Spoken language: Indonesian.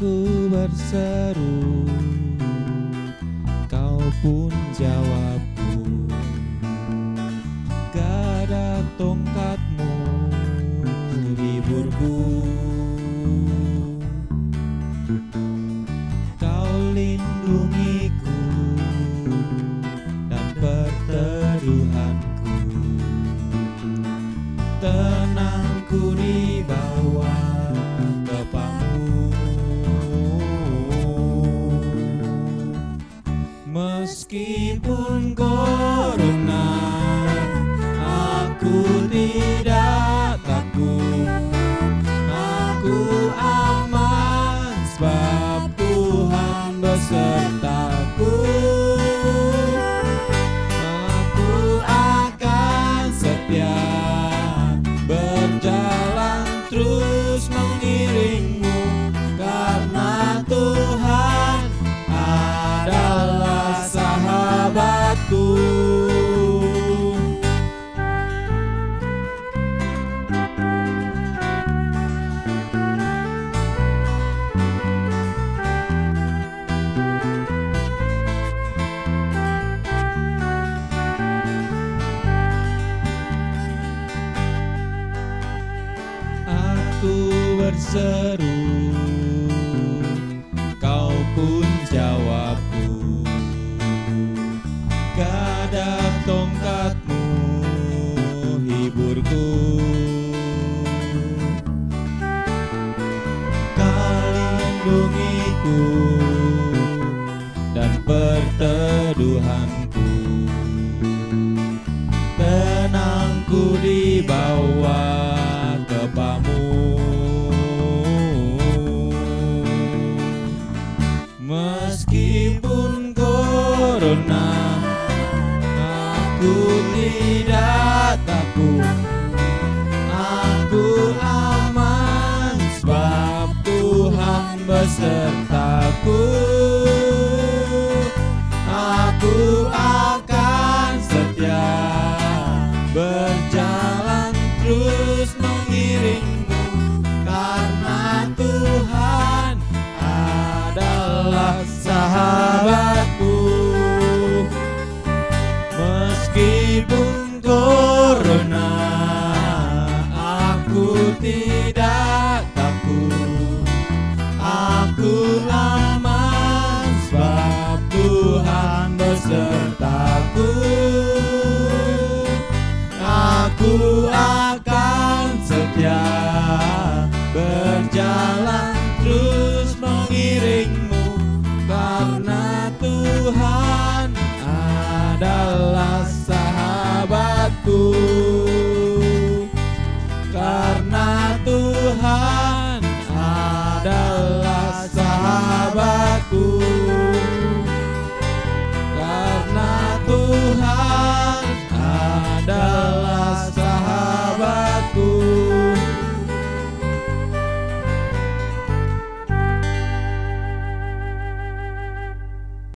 Aku berseru, kau pun jawabku. Gak ada tongkatmu, hiburku. Kau lindungiku dan perteduhanku. Tenangku di bawah kepamu. Meskipun corona, aku tidak takut. Aku aman sebab Tuhan besertaku. Aku akan setia berjalan terus mengiringmu, karena Tuhan adalah sahabatku. Aku berseru, kau pun jawabku. Gak ada tongkatmu, hiburku. Kau lindungiku dan perteduhanku. Tenangku di bawah kepamu. Meskipun corona, aku tidak takut. Aku aman sebab Tuhan besertaku. Aku akan setia berjalan terus mengiringmu, karena Tuhan adalah sahabatku. Meskipun corona, aku tidak takut. Aku aman sebab Tuhan besertaku. Aku akan setia berjalan terus mengiringmu, karena Tuhan adalah